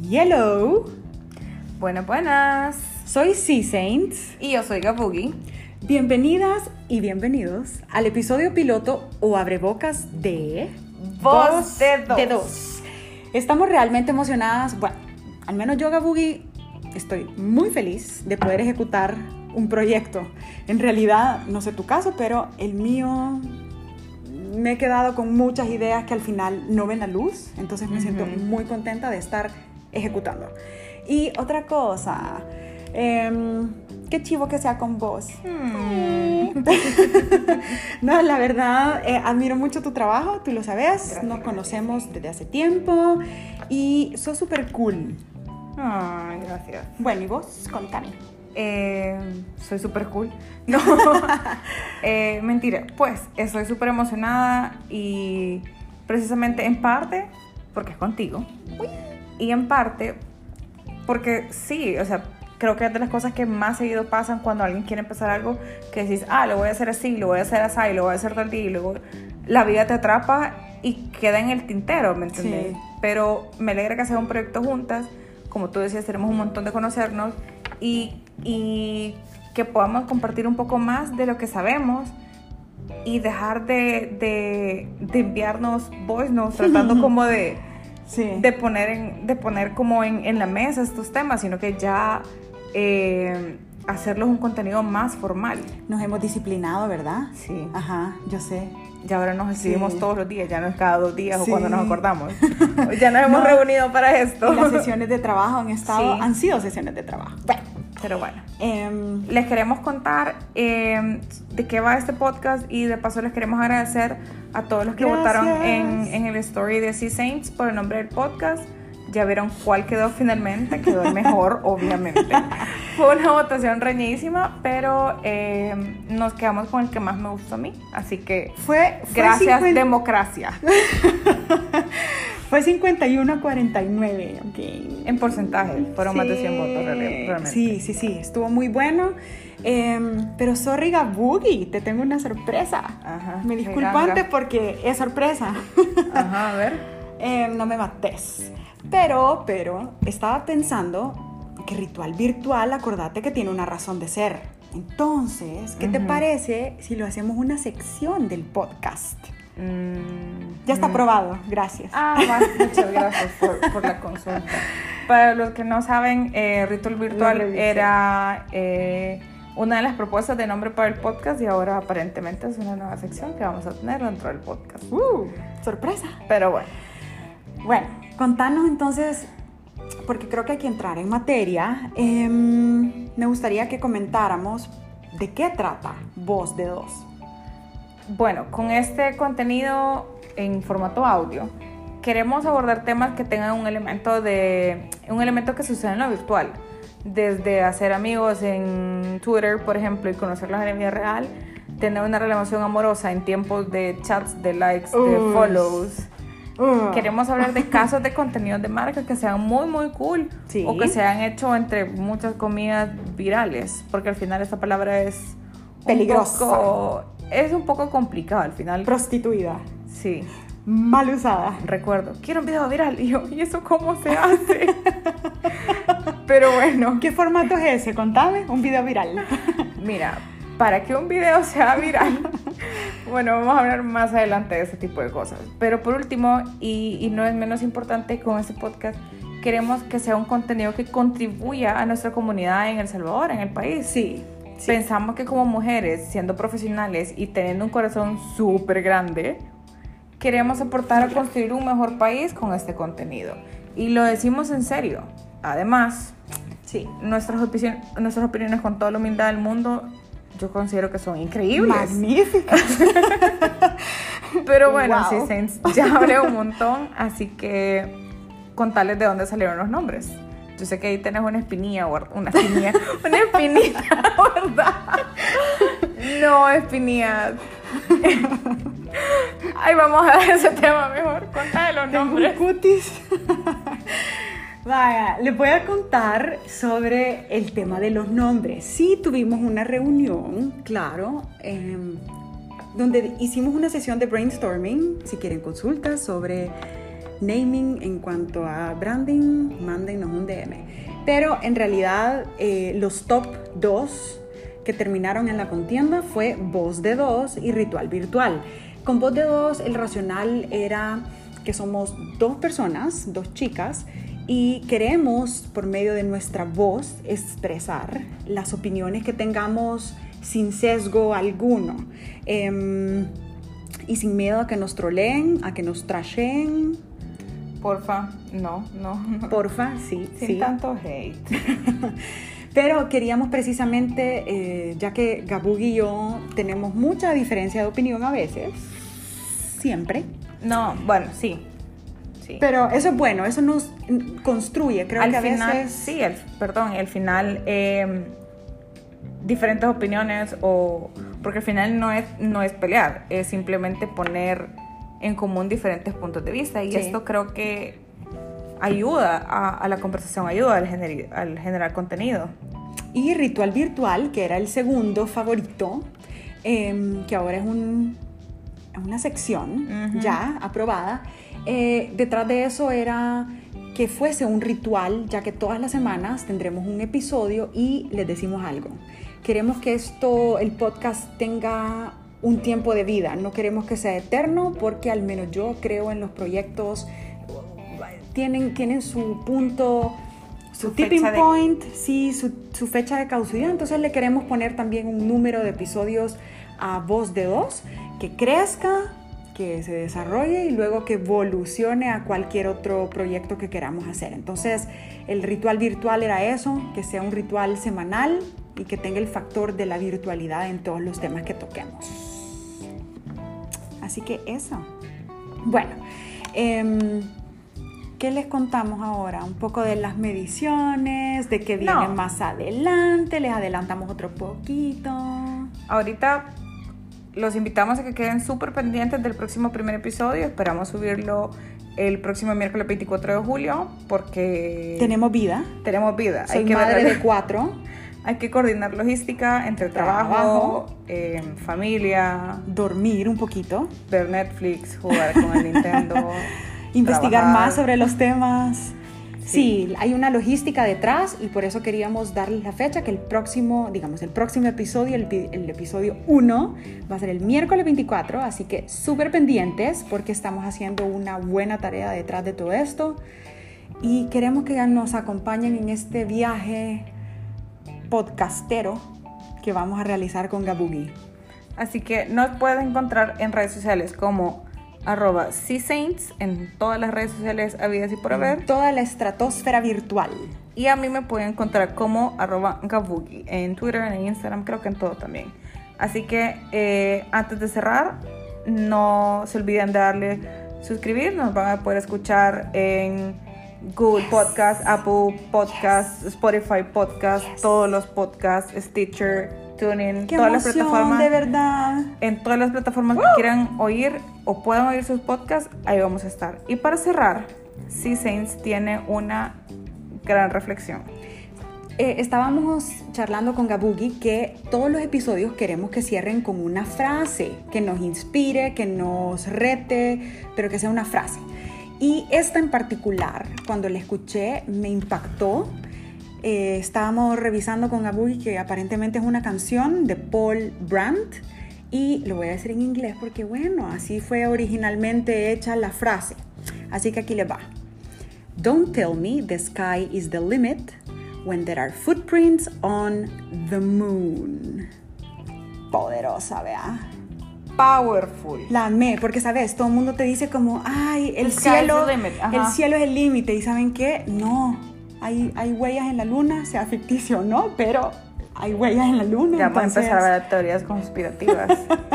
Hello, Buenas. soy C-Saints. Y yo soy Gabugi. Bienvenidas y bienvenidos al episodio piloto o abrebocas de Voz de Dos. Estamos realmente emocionadas. Bueno, al menos yo, Gabugi, estoy muy feliz de poder ejecutar un proyecto. En realidad, no sé tu caso, pero el mío me he quedado con muchas ideas que al final no ven la luz. Entonces me siento muy contenta de estar ejecutando. Y otra cosa, qué chivo que sea con vos. No, la verdad, admiro mucho tu trabajo, tú lo sabes. Gracias, Nos conocemos desde hace tiempo y sos súper cool. Ay, gracias. Bueno, ¿y vos? Contame. Soy súper cool. No, mentira. Pues estoy súper emocionada y precisamente en parte porque es contigo. Y en parte porque sí, o sea, creo que es de las cosas que más seguido pasan cuando alguien quiere empezar algo, que decís, lo voy a hacer así, lo voy a hacer así, lo voy a hacer tal día, y luego la vida te atrapa y queda en el tintero, ¿me entiendes? Sí. Pero me alegra que sea un proyecto juntas, como tú decías, tenemos un montón de conocernos y que podamos compartir un poco más de lo que sabemos y dejar de enviarnos voice notes tratando como de poner como en la mesa estos temas, sino que ya hacerlos un contenido más formal. Nos hemos disciplinado, ¿verdad? Sí. Ajá, yo sé. Y ahora nos escribimos todos los días, ya no es cada 2 días Sí. o cuando nos acordamos. Ya nos hemos reunido para esto. Y las sesiones de trabajo Sí. han sido sesiones de trabajo. Bueno, Pero bueno, les queremos contar de qué va este podcast y de paso les queremos agradecer a todos los que votaron en el story de C-Saints por el nombre del podcast. Ya vieron cuál quedó finalmente, quedó el mejor, obviamente. Fue una votación reñidísima, pero nos quedamos con el que más me gustó a mí. Así que gracias, democracia. Fue 51-49, ok. En porcentaje, fueron más de 100 votos realmente. Sí, estuvo muy bueno. Pero sorry, Gabugi, te tengo una sorpresa. Ajá, Me disculpo ganga. antes porque es sorpresa. Ajá, a ver. No me mates. Pero estaba pensando que Ritual Virtual, acordate que tiene una razón de ser. Entonces, ¿qué te parece si lo hacemos una sección del podcast? Ya está aprobado, gracias. Muchas gracias por la consulta. Para los que no saben, Ritual Virtual era una de las propuestas de nombre para el podcast y ahora aparentemente es una nueva sección que vamos a tener dentro del podcast. Sorpresa. Pero bueno. Bueno, contanos entonces, porque creo que hay que entrar en materia. Me gustaría que comentáramos de qué trata Voz de Dos. Bueno, con este contenido en formato audio, queremos abordar temas que tengan un elemento que suceda en lo virtual. Desde hacer amigos en Twitter, por ejemplo, y conocerlos en la vida real, tener una relación amorosa en tiempos de chats, de likes, de follows. Queremos hablar de casos de contenidos de marca que sean muy, muy cool. Sí. O que se han hecho entre muchas comidas virales, porque al final esta palabra es peligrosa. Es un poco complicado al final. Prostituida. Sí. Mal usada. Recuerdo, quiero un video viral. Y yo, ¿y eso cómo se hace? Pero bueno. ¿Qué formato es ese? Contame, un video viral. Mira, para que un video sea viral, bueno, vamos a hablar más adelante de ese tipo de cosas. Pero por último, y no es menos importante, con este podcast, queremos que sea un contenido que contribuya a nuestra comunidad en El Salvador, en el país. Sí. Pensamos que como mujeres, siendo profesionales y teniendo un corazón súper grande, queremos aportar a construir un mejor país con este contenido. Y lo decimos en serio. Además, nuestras opiniones con toda la humildad del mundo, yo considero que son increíbles. Magníficas. Pero bueno, Wow. sí, ya hablé un montón, así que contarles de dónde salieron los nombres. Yo sé que ahí tenés una espinilla, una espinita, ¿verdad? No, espinillas. Ay, vamos a dar ese tema mejor. Contá de los nombres. Cutis. Vaya, les voy a contar sobre el tema de los nombres. Sí, tuvimos una reunión, claro, donde hicimos una sesión de brainstorming, si quieren consultas, sobre naming en cuanto a branding, mándennos un DM. Pero en realidad los top 2 que terminaron en la contienda fue Voz de Dos y Ritual Virtual. Con Voz de Dos el racional era que somos 2 personas, 2 chicas, y queremos por medio de nuestra voz expresar las opiniones que tengamos sin sesgo alguno. Y sin miedo a que nos troleen, a que nos trasheen. Porfa, no. Porfa, sí. Sin tanto hate. Pero queríamos precisamente, ya que Gabugi y yo tenemos mucha diferencia de opinión a veces, siempre. No, bueno, sí. Pero eso es bueno, eso nos construye, creo al que a final, veces... Sí, al final, diferentes opiniones, porque al final no es pelear, es simplemente poner en común diferentes puntos de vista, y esto creo que ayuda a la conversación, ayuda al generar contenido. Y Ritual Virtual, que era el segundo favorito, que ahora es una sección ya aprobada. Detrás de eso era que fuese un ritual, ya que todas las semanas tendremos un episodio y les decimos algo. Queremos que el podcast tenga un tiempo de vida, no queremos que sea eterno, porque al menos yo creo en los proyectos, tienen su punto, su tipping point, sí, su fecha de caducidad. Entonces le queremos poner también un número de episodios a Voz de Dos, que crezca, que se desarrolle y luego que evolucione a cualquier otro proyecto que queramos hacer. Entonces el ritual virtual era eso, que sea un ritual semanal y que tenga el factor de la virtualidad en todos los temas que toquemos. Así que eso. Bueno, ¿qué les contamos ahora? Un poco de las mediciones, de qué viene más adelante, les adelantamos otro poquito. Ahorita los invitamos a que queden súper pendientes del próximo primer episodio. Esperamos subirlo el próximo miércoles 24 de julio porque... Tenemos vida. Soy madre de 4. Hay que coordinar logística entre trabajo, familia. Dormir un poquito. Ver Netflix, jugar con el Nintendo. Investigar trabajar. más sobre los temas. Sí, hay una logística detrás y por eso queríamos darles la fecha, que el próximo episodio, el episodio 1, va a ser el miércoles 24, así que súper pendientes porque estamos haciendo una buena tarea detrás de todo esto y queremos que nos acompañen en este viaje podcastero que vamos a realizar con Gabugi. Así que nos pueden encontrar en redes sociales como @csaints en todas las redes sociales habidas y por haber. Toda la estratosfera virtual. Y a mí me pueden encontrar como @gabugi en Twitter, en Instagram, creo que en todo también. Así que antes de cerrar, no se olviden de darle suscribir. Nos van a poder escuchar en Google Podcast, Apple Podcast, Spotify Podcast, todos los podcasts, Stitcher, TuneIn, todas las plataformas, de verdad. En todas las plataformas que quieran oír o puedan oír sus podcasts, ahí vamos a estar. Y para cerrar, C-Saints tiene una gran reflexión. Estábamos charlando con Gabugi que todos los episodios queremos que cierren con una frase que nos inspire, que nos rete, pero que sea una frase. Y esta en particular, cuando la escuché, me impactó. Estábamos revisando con Gabugi que aparentemente es una canción de Paul Brandt y lo voy a decir en inglés porque bueno, así fue originalmente hecha la frase. Así que aquí le va. Don't tell me the sky is the limit when there are footprints on the moon. Poderosa, ¿vea? Powerful. La amé, porque sabes, todo el mundo te dice como, ay, el cielo es el límite. ¿Y saben qué? No, hay huellas en la luna, sea ficticio o no, pero hay huellas en la luna. Ya vamos a empezar a ver teorías conspirativas.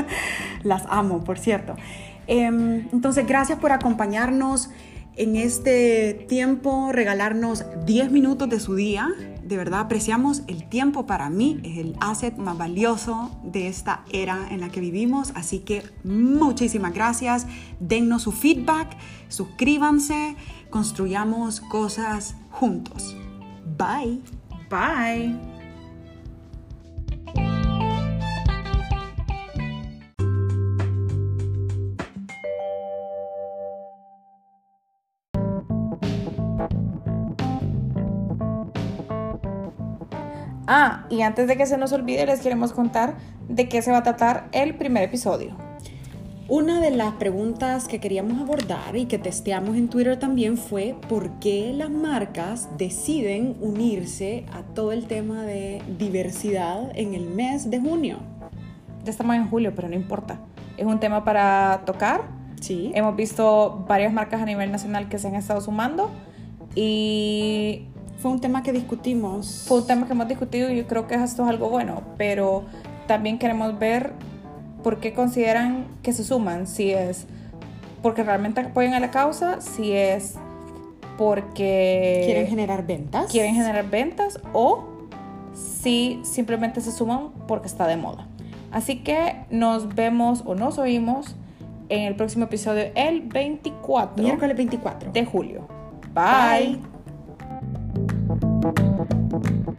Las amo, por cierto. Entonces, gracias por acompañarnos en este tiempo, regalarnos 10 minutos de su día. De verdad apreciamos el tiempo. Para mí es el asset más valioso de esta era en la que vivimos, así que muchísimas gracias. Dennos su feedback, suscríbanse, construyamos cosas juntos. Bye. Y antes de que se nos olvide, les queremos contar de qué se va a tratar el primer episodio. Una de las preguntas que queríamos abordar y que testeamos en Twitter también fue ¿por qué las marcas deciden unirse a todo el tema de diversidad en el mes de junio? Ya estamos en julio, pero no importa. Es un tema para tocar. Sí. Hemos visto varias marcas a nivel nacional que se han estado sumando y fue un tema que discutimos. Fue un tema que hemos discutido y yo creo que esto es algo bueno, pero también queremos ver por qué consideran que se suman, si es porque realmente apoyan a la causa, si es porque quieren generar ventas o si simplemente se suman porque está de moda. Así que nos vemos o nos oímos en el próximo episodio el miércoles 24 de julio. Bye. Bye.